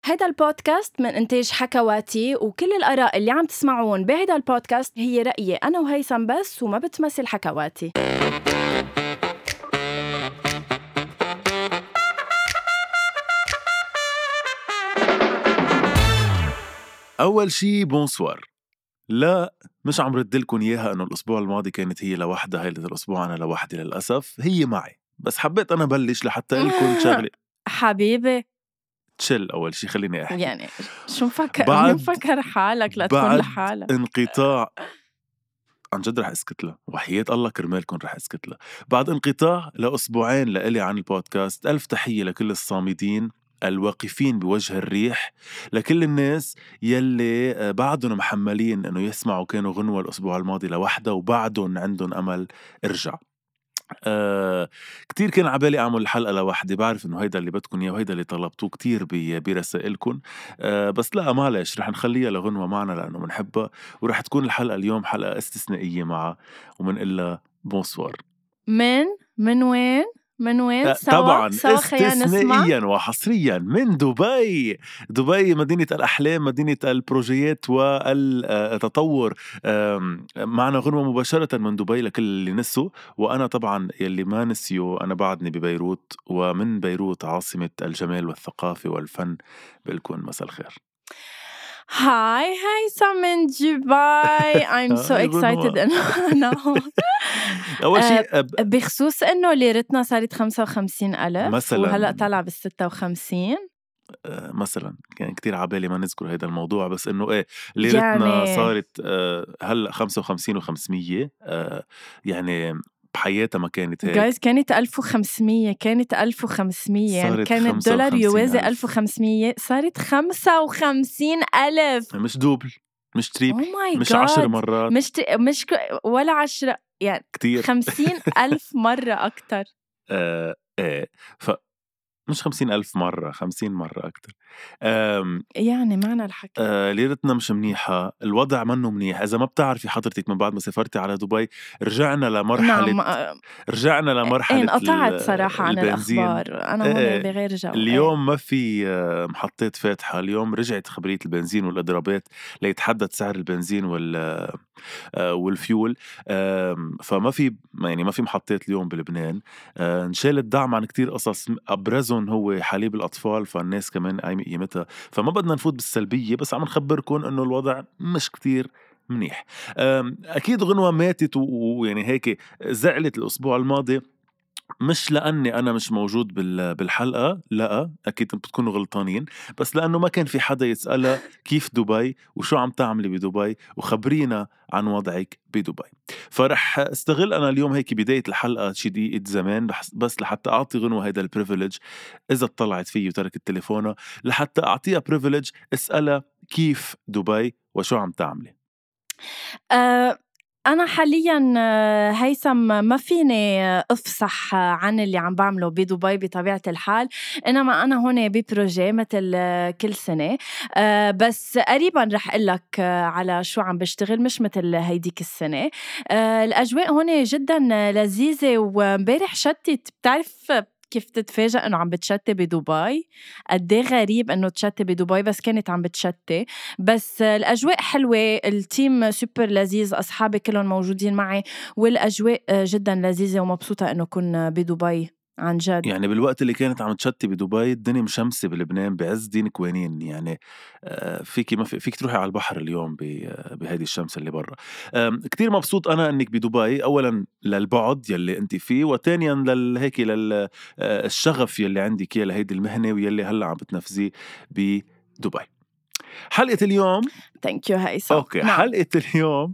هيدا البودكاست من إنتاج حكواتي، وكل الآراء اللي عم تسمعون بهيدا البودكاست هي رأيي أنا وهيثم بس، وما بتمثل حكواتي. أول شي بونسوار. لا مش عم ردلكن إياها أنه الأسبوع الماضي كانت هي لوحدها، هيدا الأسبوع أنا لوحدي للأسف. هي معي بس حبيت أنا بلش لحتى لكن شغلي. حبيبي تشل أول شي خليني أحكي. يعني شو مفكر حالك لتكون بعد لحالك؟ انقطاع عن جد رح اسكت له، وحياة الله كرمالكن رح اسكت له. بعد انقطاع لأسبوعين لإلي عن البودكاست، ألف تحية لكل الصامدين الواقفين بوجه الريح، لكل الناس يلي بعدهم محملين انه يسمعوا كانوا غنوة الأسبوع الماضي لوحدة وبعدهم عندهم أمل ارجع. كتير كان عبالي أعمل الحلقة لوحدي، بعرف إنه هيدا اللي بدكن إياه وهيدا اللي طلبتوه كتير برسائلكن. بس لا معلش رح نخليها لغنوة معنا لأنه منحبها، ورح تكون الحلقة اليوم حلقة استثنائية معها، ومن إلا بونسوار. من وين؟ طبعاً سوا خلينا نسمع. استثنائياً وحصرياً من دبي. دبي مدينة الأحلام، مدينة البروجيات والتطور. معنا غنوة مباشرة من دبي لكل اللي نسوا، وأنا طبعاً يلي ما نسيوا أنا بعدني ببيروت، ومن بيروت عاصمة الجمال والثقافة والفن بقلكن مساء الخير. هاي هيثم من دبي. I'm so excited إنه أنا هون. أول شيء بخصوص إنه ليرتنا صارت 55,000 مثلاً، وهلأ طلع بال56 مثلا كان كتير عبالي ما نذكر هيدا الموضوع، بس انه ايه ليرتنا يعني صارت هلا 55 و500. يعني بحياتها ما كانت هيك. جايز كانت 1500 يعني صارت كان الدولار يوازي 55,000. 1500 صارت 55,000. مش دوبل، مش تريبل، مش 10 جاد مرات. مش ولا 10 يعني كتير 50,000 مرة أكتر. ايه مش 50,000 مرة، 50 مرة أكتر. يعني معنى الحكي ليرتنا مش منيحة، الوضع منه منيح. إذا ما بتعرفي حضرتك من بعد ما سافرتي على دبي، رجعنا لمرحلة انقطعت صراحة عن البنزين. الأخبار. أنا هون بغير جو. اليوم ما في محطات فاتحة. اليوم رجعت خبرية البنزين والإضرابات ليتحدد سعر البنزين والفيول. فما في يعني ما في محطات اليوم بلبنان. انشال الدعم عن كتير قصص، أبرزهم هو حليب الأطفال، فالناس كمان قايمة قيمتها. فما بدنا نفوت بالسلبية، بس عم نخبركم إنه الوضع مش كتير منيح. أكيد غنوة ماتت ويعني هيك زعلت الأسبوع الماضي، مش لأني أنا مش موجود بالحلقة، لا أكيد بتكونوا غلطانين، بس لأنه ما كان في حدا يسألها كيف دبي وشو عم تعملي بدبي وخبرينا عن وضعك بدبي. فرح استغل أنا اليوم هيك بداية الحلقة شي دقيقة زمان بس لحتى أعطي غنوة هيدا البريفيليج، إذا اطلعت فيه وتركت تليفونها، لحتى أعطيها بريفيليج اسألها كيف دبي وشو عم تعملي. أنا حالياً هيثم ما فيني أفصح عن اللي عم بعمله بدبي بطبيعة الحال، إنما أنا هون ببروجي مثل كل سنة. بس قريباً رح قلك على شو عم بشتغل، مش مثل هيديك السنة. الأجواء هون جداً لذيذة، ومبارح شتت. بتعرف كيف تتفاجأ إنه عم بتشتي بدبي؟ قديه غريب إنه تشتي بدبي، بس كانت عم بتشتي. بس الأجواء حلوة، التيم سوبر لذيذ، أصحابي كلهم موجودين معي، والأجواء جدا لذيذة، ومبسوطة إنه كن بدبي عن جد. يعني بالوقت اللي كانت عم تشتي بدبي الدنيا مشمسة بلبنان بعز دين كوينين. يعني فيك ما فيك تروحي على البحر اليوم بهذه الشمس اللي برا. كتير مبسوط أنا أنك بدبي، أولا للبعد يلي أنت فيه، وثانيا للهيك للشغف يلي عندك يا لهيدي المهنة ويلي هلا عم بتنفذيه بدبي. حلقة اليوم Thank you هيثم. أوكي نعم. حلقة اليوم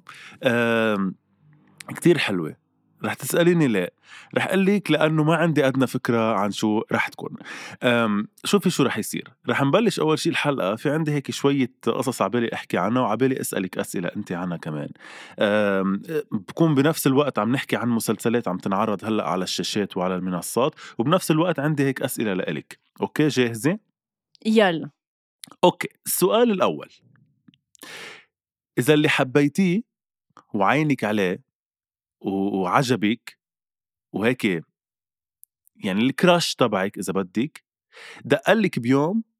كتير حلوة. رح تسأليني ليه؟ رح قليك لأنه ما عندي أدنى فكرة عن شو رح تكون. شوفي شو رح يصير. رح نبلش أول شي الحلقة في عندي هيك شوية قصص عبالي أحكي عنها، وعبالي أسألك أسئلة أنت عنها كمان. بكون بنفس الوقت عم نحكي عن مسلسلات عم تنعرض هلأ على الشاشات وعلى المنصات، وبنفس الوقت عندي هيك أسئلة لإلك. أوكي جاهزة؟ يلا. أوكي السؤال الأول، إذا اللي حبيتيه وعينك عليه وعجبك وهيك يعني الكراش تبعك إذا بدك دقلك بيوم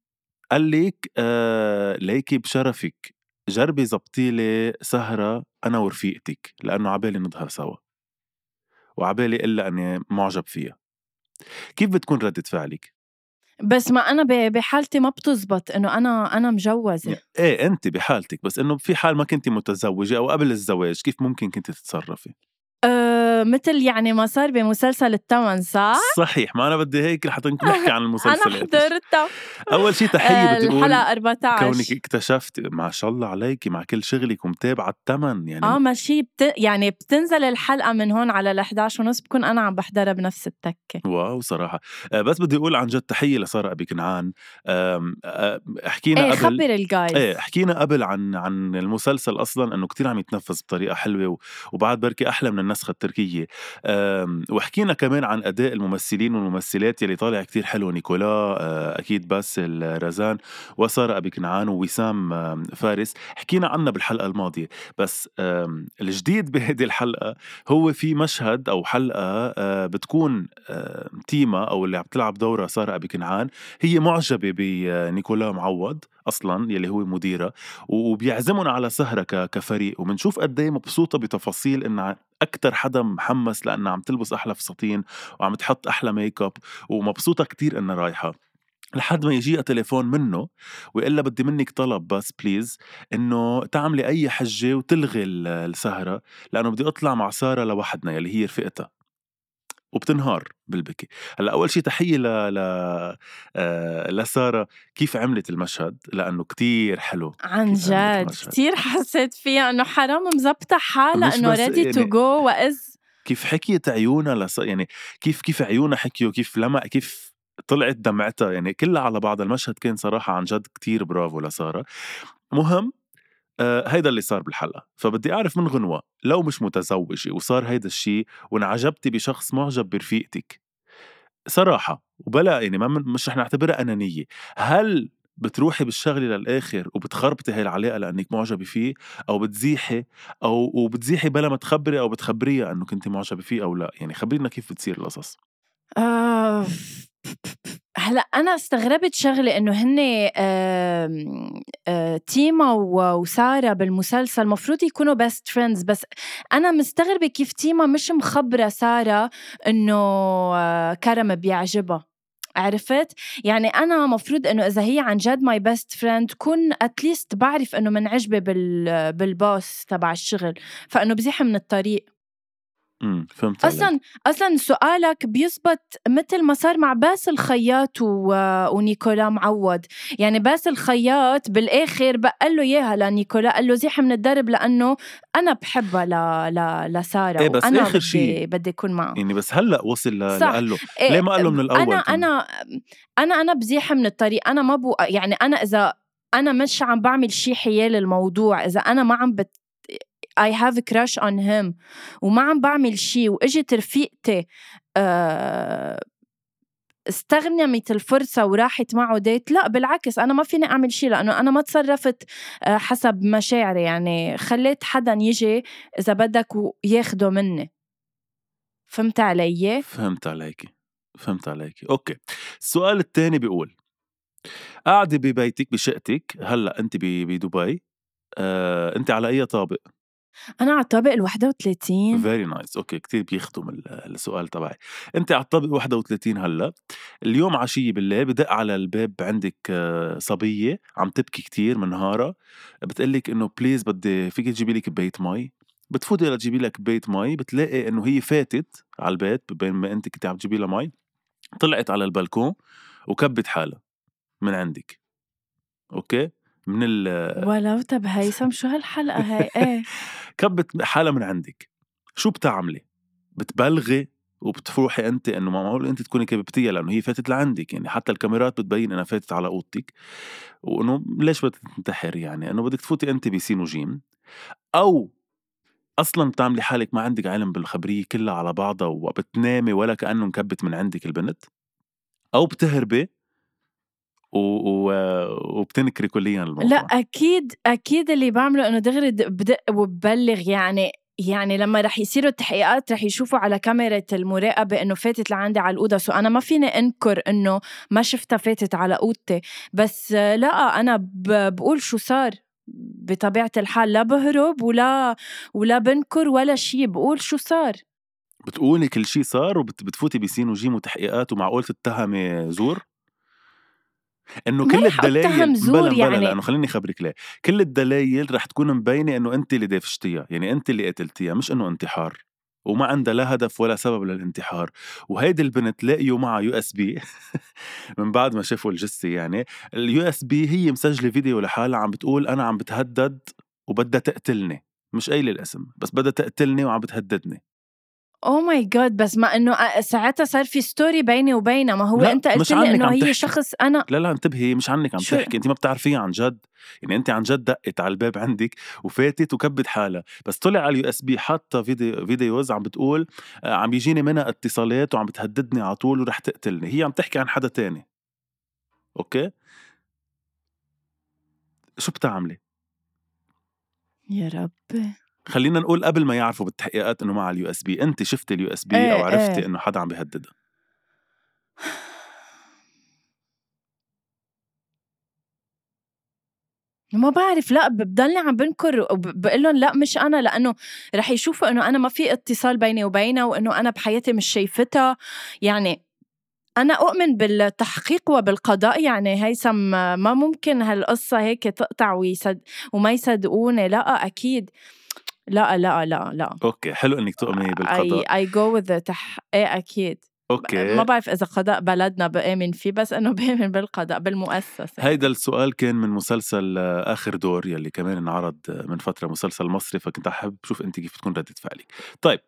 قال لك ليكي بشرفك جربي زبطيلي سهرة أنا ورفيقتك لأنه عبالي نظهر سوا وعبالي إلا أني معجب فيها. كيف بتكون ردة فعلك؟ بس ما أنا بحالتي ما بتزبط إنه أنا مجوزة. إيه أنت بحالتك، بس إنه في حال ما كنتي متزوجة أو قبل الزواج كيف ممكن كنت تتصرفي؟ مثل يعني ما صار بمسلسل التمن، صح؟ صحيح، ما أنا بدي هيك رح نحكي عن أنا المسلسلات. حضرتها. أول شي تحية بدي أقول الحلقة 14. كونك اكتشفت ما شاء الله عليك مع كل شغلك ومتابعة التمن يعني. ماشي يعني بتنزل الحلقة من هون على 11:30 بكون أنا عم بحضرها بنفس التكة. واو صراحة. بس بدي أقول عن جد تحية لسارة أبي كنعان. حكينا إيه، قبل. خبر ايه الجايز. حكينا قبل عن المسلسل اصلا انه كتير عم يتنفذ بطريقه حلوه وبعد بركي احلى من النسخه التركيه. وحكينا كمان عن اداء الممثلين والممثلات يلي طالع كتير حلو، نيكولا اكيد باسل رزان وساره ابي كنعان ووسام فارس، حكينا عنها بالحلقه الماضيه. بس الجديد بهذه الحلقه هو في مشهد او حلقه بتكون تيما او اللي عم تلعب دورها ساره ابي كنعان هي معجبه بنيكولا معوض اصلا يلي هو مديرة، وبيعزمون على سهرة كفريق، ومنشوف قد ايه مبسوطة بتفاصيل انها اكتر حدا محمس لانها عم تلبس احلى فساتين وعم تحط احلى ميك اب ومبسوطة كتير انها رايحة، لحد ما يجيها تليفون منه ويقول لها بدي منك طلب بس بليز انه تعملي اي حجة وتلغي السهرة لانه بدي اطلع مع سارة لوحدنا يلي هي رفقتها، وبتنهار بالبكي. هلا اول شيء تحيه لساره كيف عملت المشهد لانه كتير حلو. عن كيف عملت جد المشهد كتير حسيت فيها إنه حرام مزبطة حالها مش إنه بس ready to يعني go وإز. كيف حكيت عيونها يعني كيف عيونها حكيوا، كيف لمع، كيف طلعت دمعتها، يعني كلها على بعض. المشهد كان صراحة عن جد كتير برافو لسارة. مهم هيدا اللي صار بالحلقة. فبدي أعرف من غنوة لو مش متزوجة وصار هيدا الشي وانعجبتي بشخص معجب برفيقتك صراحة وبلا يعني مش رح نعتبرها أنانية، هل بتروحي بالشغلة للآخر وبتخربطي هاي العلاقة لأنك معجبة فيه، أو بتزيحي وبتزيحي بلا ما تخبري أو بتخبريها أنه كنتي معجبة فيه أو لا؟ يعني خبرينا كيف بتصير القصص. آه هلأ أنا استغربت شغلة إنه هن تيما وسارة بالمسلسل مفروض يكونوا best friends، بس أنا مستغربة كيف تيما مش مخبرة سارة إنه كرم بيعجبها. عرفت؟ يعني أنا مفروض إنه إذا هي عن جد my best friend كون at least بعرف إنه منعجبة بالباص تبع الشغل، فإنه بزيح من الطريق. فهمت عليك. أصلاً سؤالك بيزبط متل ما صار مع باسل خياط ونيكولا معوض. يعني باسل خياط بالآخر بقى له إياها لنيكولا، قال له زيح من الدرب لأنه أنا بحبها لسارة إيه بس وأنا آخر شي بدي أكون معه. يعني بس هلأ وصل صح. لقاله. ليه إيه، ما قاله من أنا الأول كمان؟ أنا أنا بزيح من الطريق. أنا ما يعني أنا إذا أنا مش عم بعمل شي حيال الموضوع، إذا أنا ما عم I have a crush on him وما عم بعمل شي وإجت رفيقتي استغنمت الفرصة وراحت معه ديت، لا بالعكس أنا ما فيني أعمل شي لأنه أنا ما تصرفت حسب مشاعري، يعني خليت حدا يجي إذا بدك وياخده مني. فهمت علي؟ فهمت عليك. أوكي، السؤال التاني بيقول قاعدة ببيتك بشقتك هلأ أنت بدبي، أنت على أي طابق؟ أنا على الطابق 31. very nice. أوكي كتير بيختم السؤال تبعي. أنت على الطابق 31 هلأ، اليوم عشية بالليل بدق على الباب عندك صبية عم تبكي كتير منهارة، بتقلك إنه بليز بدي فيك تجيبي لي كباية مي. بتفوتي لتجيبي لك كباية مي، بتلاقي إنه هي فاتت على البيت بين ما أنت كنت عم تجيبي لها مي، طلعت على البلكون وكبت حالها من عندك. أوكي من ولو طب هيثم شو هالحلقة هاي؟ إيه كبت حالها من عندك، شو بتعملي؟ بتبلغي وبتفروحي انت انه ما معقول انت تكوني كببتيها لانه هي فاتت لعندك، يعني حتى الكاميرات بتبين انها فاتت على اوضتك، وانه ليش بدك تنتحر، يعني انه بدك تفوتي انت بسين وجيم، او اصلا بتعملي حالك ما عندك علم بالخبريه كلها على بعضها وبتنامي ولا كانه انكبت من عندك البنت، او بتهربي و... وبتنكري كليا لا الموضوع. أكيد اللي بعمله إنه دغري بدق وببلغ. يعني يعني لما رح يصيروا التحقيقات رح يشوفوا على كاميرا المراقبة إنه فاتت لعندي على الأوضة، سو أنا ما فيني أنكر إنه ما شفتها فاتت على أوضتي، بس لا أنا بقول شو صار بطبيعة الحال، لا بهرب ولا بنكر ولا شي، بقول شو صار. بتقولي كل شي صار وبتفوتي بسين وجيم وتحقيقات ومعقول تتهمي زور؟ انه ما كل رح أتهم الدلايل زور مبلا يعني. لانه خليني خبرك ليه، كل الدلايل رح تكون مبينه انه انت اللي دافشتيها، يعني انت اللي قتلتيها، مش انه انتحار، وما عندها لا هدف ولا سبب للانتحار. وهيدي البنت لاقيوا معها يو اس بي من بعد ما شافوا الجثه، يعني اليو اس بي هي مسجله فيديو لحالها عم بتقول انا عم بتهدد وبدها تقتلني، مش قايله الاسم بس بدها تقتلني وعم بتهددني. Oh my god، بس ما إنه ساعتها صار في ستوري بيني وبينها، ما هو لا أنت قلت مش لي عنك إنه عم هي تحكي، شخص أنا لا انتبهي، مش عنك عم شو. تحكي، انت ما بتعرفيها عن جد، يعني انت عن جد دقت على الباب عندك وفاتت وكبت حالها، بس طلع على اليو اس بي حاطه فيديوز عم بتقول عم بيجيني منها اتصالات وعم بتهددني على طول ورح تقتلني، هي عم تحكي عن حدا تاني. اوكي شو بتعملي؟ يا ربي. خلينا نقول قبل ما يعرفوا بالتحقيقات انه مع اليو اس بي، انت شفتي اليو اس بي او ايه عرفتي ايه. انه حدا عم بيهددها؟ ما بعرف، لا بضلني عم بنكر وبقول لهم لا مش أنا، لأنه رح يشوفوا إنه أنا ما في اتصال بيني وبينها وإنه أنا بحياتي مش شايفتها. يعني أنا أؤمن بالتحقيق وبالقضاء، يعني هيثم ما ممكن هالقصة هيك تقطع وما يصدقوني، لا أكيد. لا لا لا لا. اوكي حلو انك تؤمني بالقضاء. I go with إيه أكيد. ما اوكي بعرف إذا قضاء بلدنا بآمن فيه، بس إنه بآمن بالقضاء بالمؤسسة هيدا يعني. السؤال كان من مسلسل آخر دور يلي كمان انعرض من فترة، مسلسل مصري، فكنت أحب شوف أنت كيف تكون ردة فعلك. طيب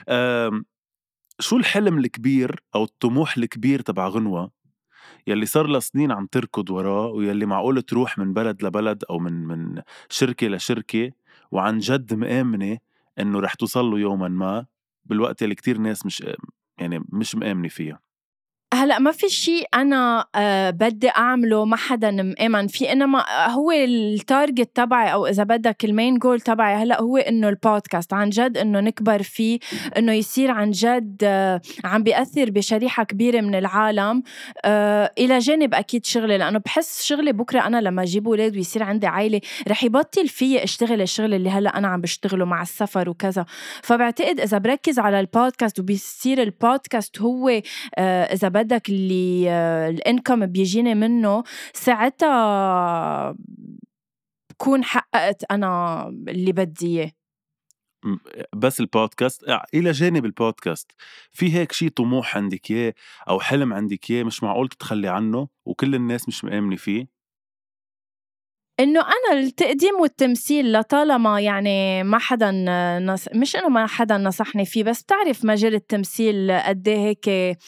شو الحلم الكبير أو الطموح الكبير تبع غنوة يلي صار لها سنين عم تركض وراه، ويلي معقول تروح من بلد لبلد أو من شركة لشركة وعن جد مآمنة إنه رح توصل له يوما ما، بالوقت يلي كتير ناس مش يعني مش مآمنة فيها؟ هلأ ما في شي أنا بدي أعمله ما حدا مآمن فيه، إنما هو التارجت تبعي أو إذا بدك المين جول تبعي هلأ هو إنه البودكاست عن جد إنه نكبر فيه، إنه يصير عن جد عم بيأثر بشريحة كبيرة من العالم، إلى جانب أكيد شغلي، لأنه بحس شغلي بكرة أنا لما أجيب أولاد ويصير عندي عائلة رح يبطل فيه أشتغل الشغل اللي هلأ أنا عم بشتغله مع السفر وكذا. فبعتقد إذا بركز على البودكاست وبيصير البودكاست هو إذا بدك اللي الانكم بيجيني منه، ساعتها بكون حققت أنا اللي بدي إياه. بس البودكاست إلى جانب البودكاست في هيك شي طموح عندك إياه أو حلم عندك إياه مش معقول تتخلي عنه وكل الناس مش مآمنة فيه؟ إنه أنا التقديم والتمثيل لطالما يعني ما حدا مش إنه ما حدا نصحني فيه، بس بتعرف مجال التمثيل قد إيه هيك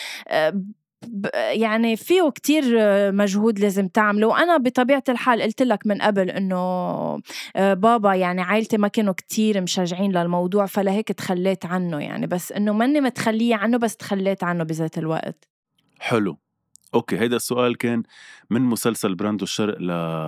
يعني فيه كتير مجهود لازم تعمله. وأنا بطبيعة الحال قلت لك من قبل إنه بابا يعني عائلتي ما كانوا كتير مشجعين للموضوع، فلهيك تخليت عنه يعني، بس إنه ماني متخلية عنه بس تخليت عنه بذات الوقت. حلو. اوكي هيدا السؤال كان من مسلسل براندو الشرق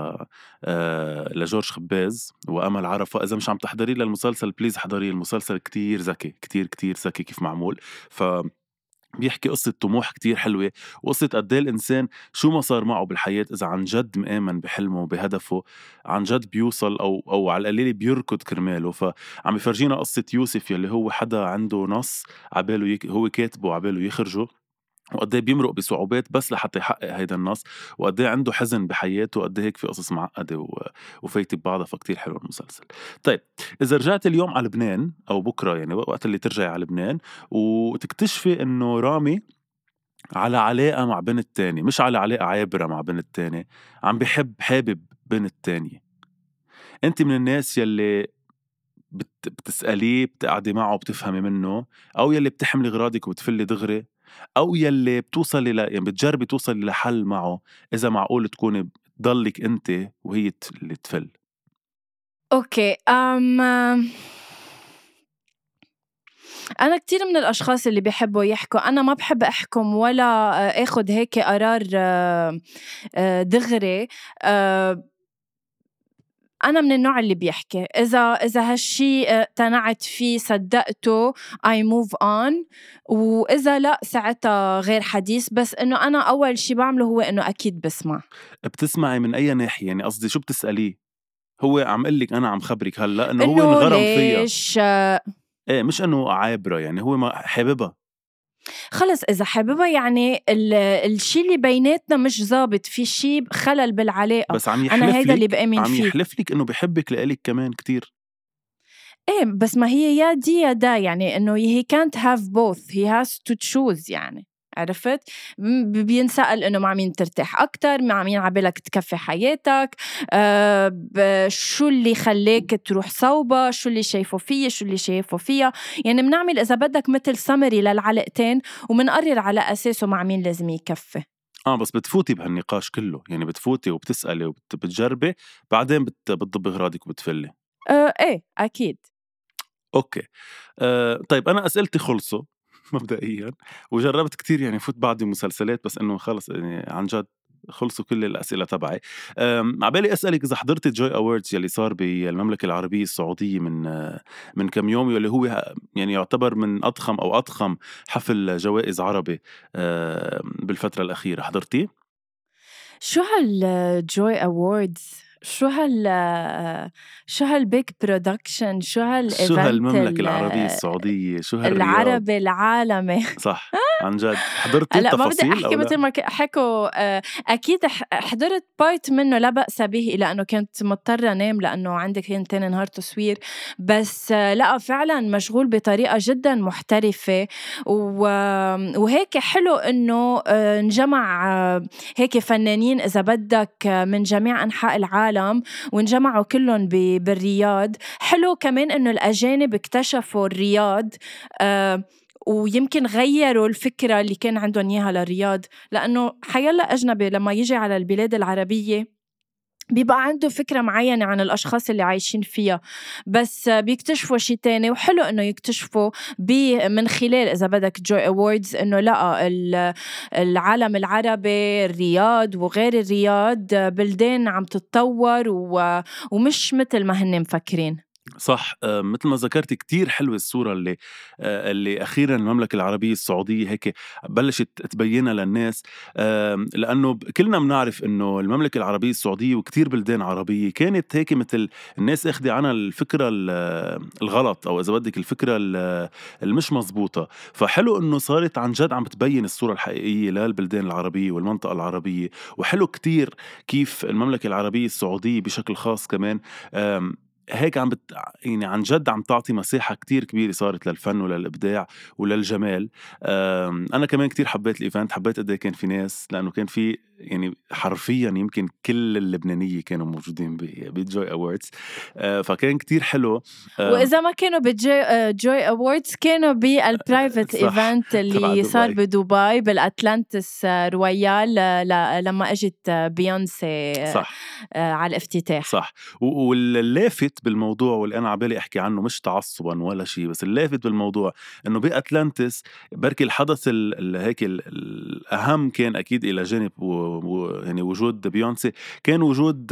لجورج خباز وامل عرفة. اذا مش عم تحضري للمسلسل بليز حضري المسلسل، كتير ذكي، كتير ذكي كيف معمول. بيحكي قصة طموح كتير حلوة، وقصة قد ايه الإنسان شو ما صار معه بالحياة إذا عن جد مآمن بحلمه وبهدفه عن جد بيوصل أو على القليل بيركض كرماله. فعم يفرجينا قصة يوسف يلي هو حدا عنده نص عباله هو كاتبه عباله يخرجه، وقد ايه بيمرق بصعوبات بس لحتى يحقق هيدا النص، وقد ايه عنده حزن بحياته، وقد ايه هيك في قصص معقده وفايته ببعضها. فكتير حلو المسلسل. طيب اذا رجعت اليوم على لبنان او بكره يعني وقت اللي ترجعي على لبنان وتكتشفي انه رامي على علاقه مع بنت تاني، مش على علاقه عابره مع بنت تاني، عم حابب بنت تانية، انت من الناس يلي بتسأليه بتقعدي معه بتفهمي منه، أو يلي بتحملي غراضك وبتفلي دغري، أو يلي بتوصلي يعني بتجربي توصلي لحل معه إذا معقول تكوني ضلك أنت وهي اللي تفل؟ أوكي أنا كتير من الأشخاص اللي بيحبوا يحكوا، أنا ما بحب أحكم ولا أخد هيك قرار دغري. أنا من النوع اللي بيحكي إذا هالشي اقتنعت فيه صدقته I move on، وإذا لا ساعتها غير حديث. بس إنه أنا أول شي بعمله هو إنه أكيد بسمع. بتسمعي من أي ناحية؟ يعني قصدي شو بتسأليه؟ هو عم قلك أنا عم خبرك هلأ إنه هو إنه انغرم فيها، ليش إيه مش إنه عابرة، يعني هو ما حاببها. خلص إذا حاببها يعني الشي اللي بيناتنا مش زابط، في شي خلل بالعلاقة. بس عم أنا يحلف هيدا اللي لك، بأمن عم فيه. يحلف لك إنه بحبك لإلك كمان كتير. إيه بس ما هي يا دي يا دا، يعني إنه he can't have both, he has to choose يعني. عرفت؟ بينسأل إنه مع مين ترتاح أكتر، مع مين عبالك تكفي حياتك، شو اللي خليك تروح صوبة، شو اللي شايفه فيه، شو اللي شايفه فيها. يعني منعمل إذا بدك مثل سمري للعلاقتين، ومنقرر على أساسه مع مين لازم يكفي. بس بتفوتي بهالنقاش كله، يعني بتفوتي وبتسألي وبتجربي، بعدين بتضبي غراضك وبتفلي. إيه أكيد. أوكي. طيب أنا أسئلتي خلصوا مبدئيا، وجربت كتير يعني فوت بعض مسلسلات، بس إنه خلص يعني عن جد خلصوا كل الأسئلة تبعي. عبالي أسألك إذا حضرتي جوي أوردز يلي صار بالمملكة العربية السعودية من كم يوم، يلي هو يعني يعتبر من أضخم حفل جوائز عربي بالفترة الأخيرة. حضرتيه؟ شو هالجوي أووردز؟ شو هالبيك برودكشن؟ شو شو هالإيفنت هالمملكة العربية السعودية؟ شو هالرياض؟ العربي العالمي؟ صح، عن جد حضرتي هلأ ما بدي التفاصيل أحكي أو مثل لا؟ ما حكوا. أكيد حضرت بارت منه، لا بأس به، لأنه كنت مضطرة أنام لأنه عندي كان تاني نهار تصوير. بس لأ فعلا مشغول بطريقة جدا محترفة، وهيك حلو إنه نجمع هيك فنانين إذا بدك من جميع أنحاء العالم، ونجمعوا كلهم بالرياض. حلو كمان إنه الأجانب اكتشفوا الرياض، ويمكن غيروا الفكرة اللي كان عندهم إياها للرياض، لأنه حيلا أجنبي لما يجي على البلاد العربية بيبقى عنده فكرة معينة عن الأشخاص اللي عايشين فيها، بس بيكتشفوا شيء تاني. وحلو إنه يكتشفوا من خلال إذا بدك جوي أووردز إنه لا العالم العربي، الرياض وغير الرياض بلدان عم تتطور ومش مثل ما هن مفكرين. صح. مثل ما ذكرتي كتير حلوة الصورة اللي أخيرا المملكة العربية السعودية هيك بلشت تبينها للناس. لأنه كلنا بنعرف إنه المملكة العربية السعودية وكتير بلدان عربية كانت هيك مثل الناس أخذي عنها الفكرة الغلط، أو إذا بدك الفكرة المش مزبوطة. فحلو إنه صارت عن جد عم بتبين الصورة الحقيقية للبلدان العربية والمنطقة العربية. وحلو كتير كيف المملكة العربية السعودية بشكل خاص كمان هيك يعني عن جد عم تعطي مساحة كتير كبيرة صارت للفن وللإبداع وللجمال. أنا كمان كتير حبيت الإيفنت، حبيت قد إيه كان في ناس، لأنه كان في يعني حرفيا يمكن كل اللبنانية كانوا موجودين بجوي أوردز. فكان كتير حلو. وإذا ما كانوا جوي أووردز كانوا بالبرايفت صح إيفنت تبع اللي صار دبي. بدبي بالأتلانتس رويال لما أجت بيونسي صح على الافتتاح. صح. واللافت بالموضوع واللي أنا عبالي أحكي عنه مش تعصبا ولا شيء، بس اللافت بالموضوع إنه بأتلانتس بركي الحدث هيك الأهم كان أكيد إلى جانب يعني وجود بيونسي، كان وجود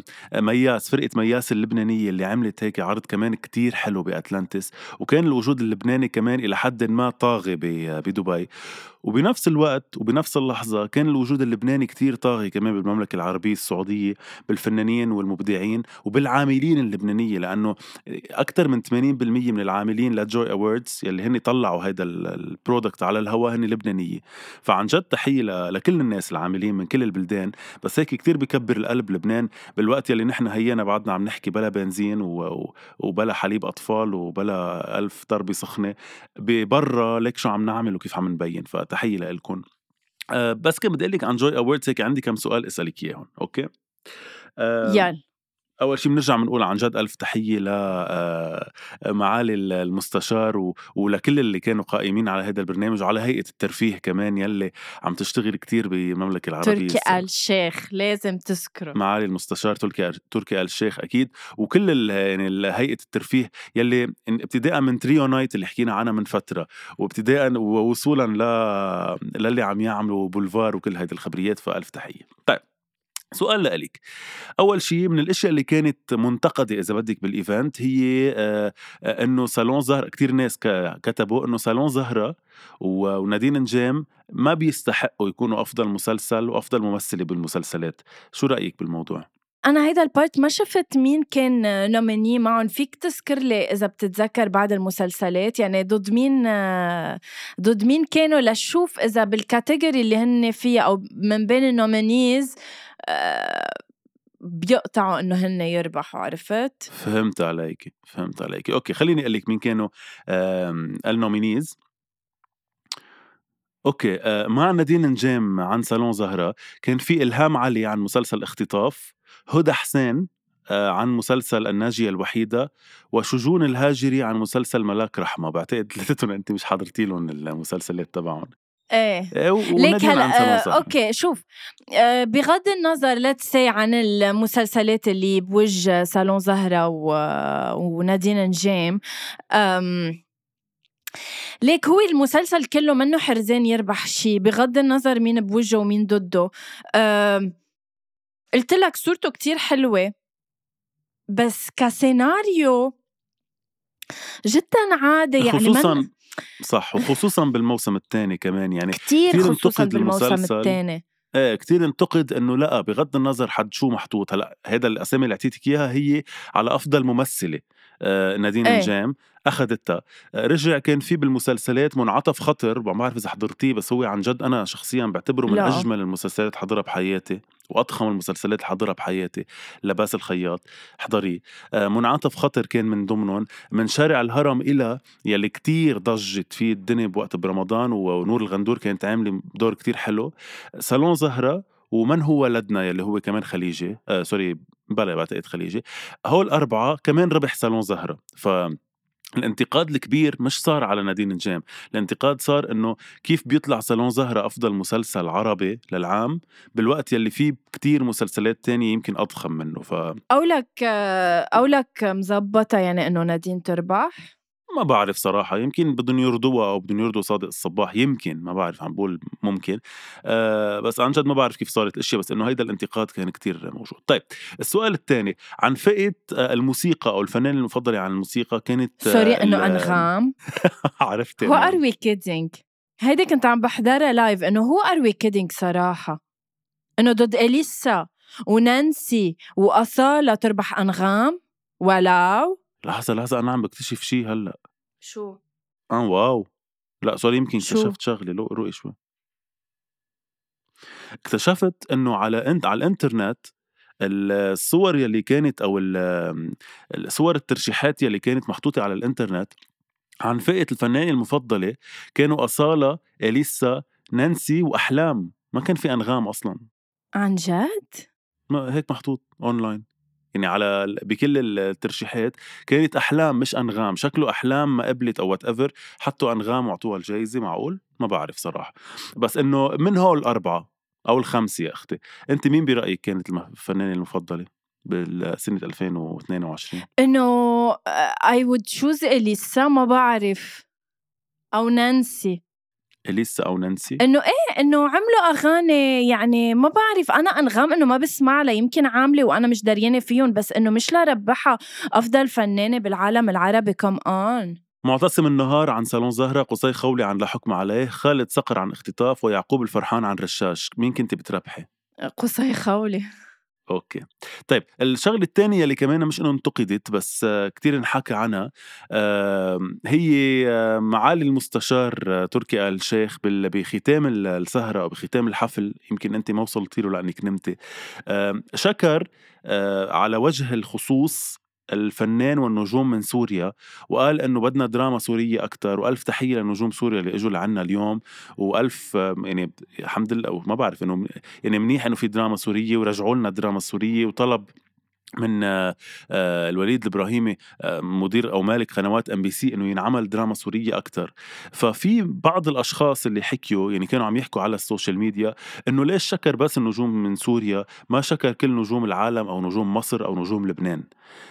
مياس، فرقة مياس اللبنانية اللي عملت هيك عرض كمان كتير حلو بأتلانتس. وكان الوجود اللبناني كمان إلى حد ما طاغي بدبي. وبنفس الوقت وبنفس اللحظة كان الوجود اللبناني كتير طاغي كمان بالمملكة العربية السعودية، بالفنانين والمبدعين وبالعاملين اللبنانية، لأنه أكتر من 80% من العاملين لجوي أووردز يلي هني طلعوا هيدا البرودكت على الهواء هني لبنانية. فعن جد تحية لكل الناس العاملين من كل البلدان. بس هيك كتير بكبر القلب لبنان بالوقت يلي نحن هينا بعدنا عم نحكي بلا بنزين وبلا حليب أطفال وبلا 1000 ضربة سخنة ببرا، ليك شو عم نعمل وكيف عم نبين. فتحية لإلكن. بس كان بدي أقول لك عن جوي أووردز هيك عندي كم سؤال أسألك إياهم. أوكي. يلا. أول شيء بنرجع بنقول عن جد ألف تحية لمعالي المستشار ولكل اللي كانوا قائمين على هذا البرنامج، وعلى هيئة الترفيه كمان يلي عم تشتغل كتير بالمملكة العربية تركي آل الشيخ لازم تذكره. معالي المستشار تركي آل الشيخ أكيد، وكل يعني هيئة الترفيه يلي ابتداء من تريو نايت اللي حكينا عنها من فترة، وابتداء ووصولا للي عم يعملوا بولفار وكل هيدي الخبريات. فألف تحية. طيب سؤال لك. أول شيء من الأشياء اللي كانت منتقدة إذا بدك بالإيفنت هي إنه صالون زهرة، كتير ناس كتبوا إنه صالون زهرة ونادين نجام ما بيستحقوا يكونوا أفضل مسلسل وأفضل ممثلة بالمسلسلات. شو رأيك بالموضوع؟ أنا هيدا البارت ما شفت مين كان نوميني معهم. فيك تذكر لي إذا بتتذكر بعد المسلسلات يعني ضد مين كانوا، لشوف إذا بالكاتيجوري اللي هن فيها أو من بين النومينيز بيقطعوا إنه هن يربحوا. عرفت؟ فهمت عليك. أوكي، خليني أقول لك مين كانوا النومينيز. أوكي، مع نادين نجام عن صالون زهرة كان في إلهام علي عن مسلسل اختطاف، هدى حسين عن مسلسل الناجية الوحيدة، وشجون الهاجري عن مسلسل ملاك رحمة. بعتقد ثلاثتهم أنت مش حضرتي لهم المسلسلات تبعهم. ايه ليك ونادين عن صالون زهرة. اوكي شوف، بغض النظر let's say عن المسلسلات اللي بوجه صالون زهرة ونادين نجام، ليك هو المسلسل كله منه حرزان يربح شي بغض النظر مين بوجهه ومين ضده. قلت لك صورته كتير حلوة بس كسيناريو جدا عادي يعني، خصوصا صح، وخصوصا بالموسم الثاني كمان يعني كتير خصوصا بالموسم الثاني. ايه كتير انتقد انه لا بغض النظر حد شو محطوط. هلا هذا الاسامي اللي اعطيتك اياها هي على افضل ممثله. نادين نجام اخذتها. رجع كان في بالمسلسلات منعطف خطر، ما بعرف اذا حضرتيه، بس هو عن جد انا شخصيا بعتبره من اجمل المسلسلات حضرها بحياتي واضخم المسلسلات حضرها بحياتي لباس الخياط. حضري منعطف خطر كان من ضمنهم. من شارع الهرم إلى يلي كتير ضجت فيه الدنيا بوقت برمضان، ونور الغندور كانت عامله دور كتير حلو. صالون زهرة ومن هو ولدنا يلي هو كمان خليجي، سوري بلا بعتقد خليجي. هول أربعة كمان ربح صالون زهرة. الانتقاد الكبير مش صار على نادين نجام، الانتقاد صار انه كيف بيطلع صالون زهرة افضل مسلسل عربي للعام بالوقت يلي فيه كتير مسلسلات تانية يمكن اضخم منه. أولك مزبطة يعني انه نادين تربح. ما بعرف صراحة، يمكن بدهم يرضوها أو بدهم يرضوا صادق الصباح، يمكن ما بعرف، عم بقول ممكن. بس عن جد ما بعرف كيف صارت الاشياء، بس إنه هيدا الانتقاد كان كتير موجود. طيب السؤال الثاني عن فئة الموسيقى أو الفنان المفضلة عن الموسيقى كانت سوري إنه أنغام. عرفت هو are we kidding؟ هيدا كنت عم بحضرها لايف، إنه هو are we kidding صراحة، إنه ضد إليسا ونانسي وأصالة تربح أنغام. ولو لحظة أنا عم بكتشف شيء هلأ. شو؟ واو، لا سوري، يمكن اكتشفت شغلة. رؤي شوي. اكتشفت انه على الانترنت الصور يلي كانت او الصور الترشيحات يلي كانت محطوطة على الانترنت عن فئة الفنانين المفضلة كانوا أصالة، إليسا، نانسي وأحلام. ما كان في أنغام أصلا. عن جد؟ ما هيك محطوط أونلاين يعني على بكل الترشيحات كانت أحلام مش أنغام. شكله أحلام ما قبلت أو whatever، حطوا أنغام وعطوها الجايزة. معقول؟ ما بعرف صراحة. بس إنه من هول الأربعة أو الخمسة يا أختي، أنت مين برأيك كانت الفنانة المفضلة بالسنة 2022؟ إنه I would choose إليسا، ما بعرف، أو نانسي. إليسا أو نانسي؟ إنه إيه، إنه عملوا أغاني يعني ما بعرف. أنا أنغام إنه ما بسمع لها، يمكن عاملة وأنا مش دريانة فيهم، بس إنه مش لربحها أفضل فنانة بالعالم العربي. كم آن. معتصم النهار عن صالون زهرة، قصي خولي عن لا حكم عليه، خالد صقر عن اختطاف، ويعقوب الفرحان عن رشاش. مين كنت بتربحي؟ قصي خولي. اوكي طيب، الشغله الثانيه اللي كمان مش انه انتقدت بس كتير انحكى عنها، هي معالي المستشار تركي آل الشيخ بختام السهره او بختام الحفل. يمكن انت ما وصلتي له لانك نمتي. شكر على وجه الخصوص الفنان والنجوم من سوريا، وقال انه بدنا دراما سورية اكتر، والف تحية لنجوم سوريا اللي اجوا لعنا اليوم، والف يعني الحمد لله، او ما بعرف انه يعني منيح انه في دراما سورية ورجعوا لنا الدراما السورية. وطلب من الوليد الإبراهيمي مدير أو مالك قنوات MBC إنه ينعمل دراما سورية أكتر. ففي بعض الأشخاص اللي حكيوا يعني كانوا عم يحكوا على السوشيال ميديا إنه ليش شكر بس النجوم من سوريا، ما شكر كل نجوم العالم أو نجوم مصر أو نجوم لبنان.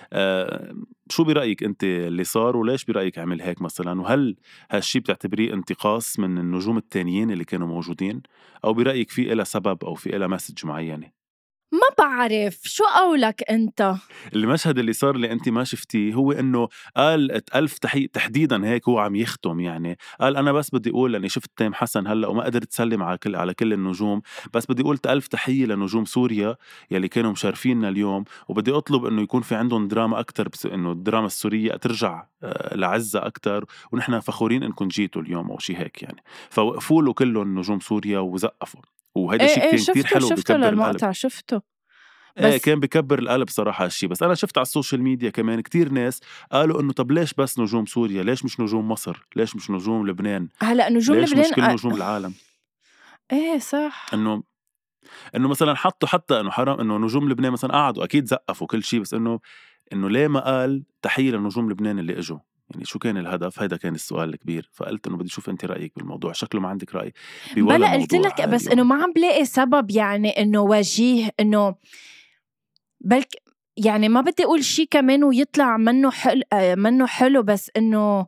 شو برأيك أنت اللي صار، وليش برأيك عمل هيك مثلا؟ وهل هالشي بتعتبريه انتقاص من النجوم التانيين اللي كانوا موجودين، أو برأيك في إلها سبب أو في إلها مسج معينة؟ ما بعرف شو قولك أنت. المشهد اللي صار اللي أنت ما شفتيه هو إنه قال ألف تحية تحديدا، هيك هو عم يختم يعني، قال أنا بس بدي أقول لأني شفت تيم حسن هلأ وما قدرت سلم على كل النجوم، بس بدي أقول ألف تحية لنجوم سوريا يلي كانوا مشارفيننا اليوم، وبدي أطلب إنه يكون في عندهم دراما أكتر، بس إنه الدراما السورية ترجع لعزة أكتر، ونحن فخورين إنكم جيتوا اليوم أو شي هيك يعني. فوقفوا له كلهم نجوم سوريا وزقفوا، وهيدا الشيء كان كتير حلو شفته بكبر القلب. للمقطع شفته ايه بس كان بكبر القلب صراحة هالشي. بس أنا شفت على السوشيال ميديا كمان كتير ناس قالوا إنه طب ليش بس نجوم سوريا، ليش مش نجوم مصر، ليش مش نجوم لبنان، هلأ نجوم ليش مش كل لبنان نجوم العالم. إيه صح. إنه مثلا حطوا حتى إنه حرام إنه نجوم لبنان مثلا قعدوا أكيد زقفوا كل شي، بس إنه ليه ما قال تحية لنجوم لبنان اللي إجوا، يعني شو كان الهدف؟ هيدا كان السؤال الكبير. فقلت إنه بدي أشوف أنت رأيك بالموضوع، شكله ما عندك رأي بولا بلا قلت موضوع لك بس إنه اليوم. ما عم بلاقي سبب يعني إنه وجيه إنه بلك يعني ما بدي أقول شي كمان ويطلع منه حلو بس إنه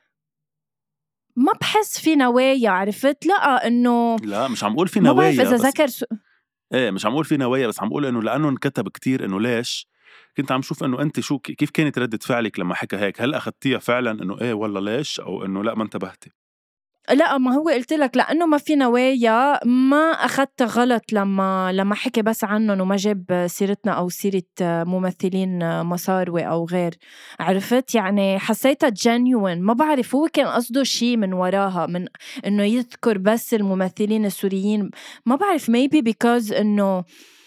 ما بحس في نوايا، عرفت؟ لأ إنه لا مش عم أقول في ما بعرف نوايا، إذا بس ذكر ايه مش عم اقول في نوايا، بس عم اقول انه لانه انكتب كتير انه ليش. كنت عم شوف انه انت شو كيف كانت ردة فعلك لما حكى هيك، هل اخذتيها فعلا انه ايه والله ليش، او انه لا ما انتبهتي؟ لأ ما هو قلت لك لأنه ما في نوايا ما أخدت غلط لما حكي بس عنهم وما جاب سيرتنا أو سيرة ممثلين مصاروي أو غير، عرفت؟ يعني حسيتها genuine. ما بعرف هو كان قصده شي من وراها، من إنه يذكر بس الممثلين السوريين. ما بعرف maybe because إنه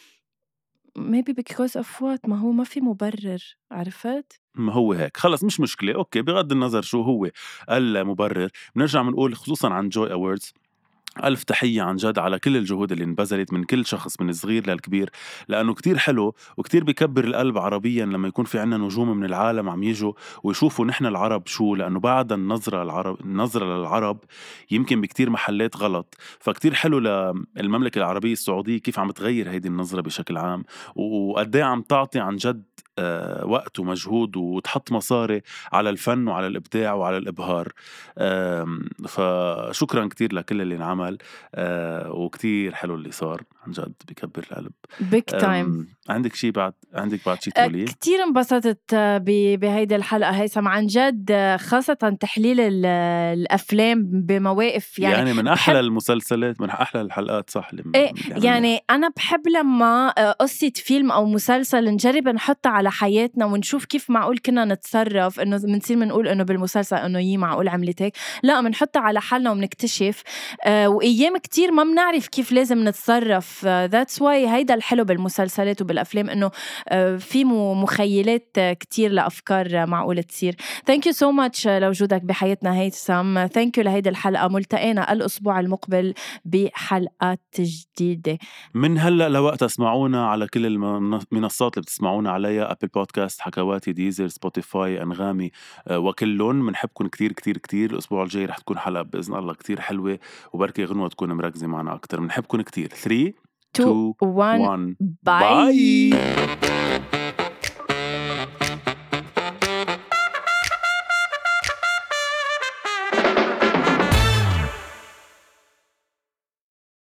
maybe because of what، ما هو ما في مبرر، عرفت؟ ما هو هيك خلص مش مشكلة، اوكي بغض النظر شو هو المبرر. بنرجع بنقول خصوصا عن جوي أووردز، ألف تحية عن جد على كل الجهود اللي انبذلت من كل شخص من الصغير للكبير، لأنه كتير حلو وكتير بيكبر القلب عربيا لما يكون في عنا نجوم من العالم عم يجوا ويشوفوا نحن العرب شو، لأنه بعد النظرة للعرب يمكن بكتير محلات غلط. فكتير حلو للمملكة العربية السعودية كيف عم تغير هيدي النظرة بشكل عام، وقديه عم تعطي عن جد وقت ومجهود وتحط مصاري على الفن وعلى الإبداع وعلى الإبهار. فشكرا كتير لكل اللي انعمل، وكتير حلو اللي صار عن جد بكبر القلب. big time. عندك بعد شي تقوليه؟ كتير انبسطت بهيدي الحلقة هيثم عن جد، خاصة تحليل الأفلام بمواقف يعني من أحلى المسلسلات، من أحلى الحلقات صح إيه يعني أنا بحب لما قصة فيلم أو مسلسل نجرب نحطها على حياتنا ونشوف كيف معقول كنا نتصرف، إنه منصير منقول إنه بالمسلسل إنه معقول عملت هيك، لا منحطها على حالنا ومنكتشف. وأيام كتير ما منعرف كيف لازم نتصرف. that's why هيدا الحلو بالمسلسلات وبالأفلام، إنه في مخيلات كتير لأفكار معقولة تصير. thank you so much لوجودك بحياتنا هيثم. thank you لهيدي الحلقة. ملتقينا الأسبوع المقبل بحلقات جديدة. من هلأ لوقت اسمعونا على كل المنصات اللي بتسمعونا عليها، أبل بودكاست، حكواتي، ديزر، سبوتيفاي، أنغامي، وكلهم. منحبكم كتير كتير كتير. الأسبوع الجاي رح تكون حلقة بإذن الله كتير حلوة، وبركي غنوة تكون مركزة معنا أكتر. منحبكم كتير. 3 2 1 باي.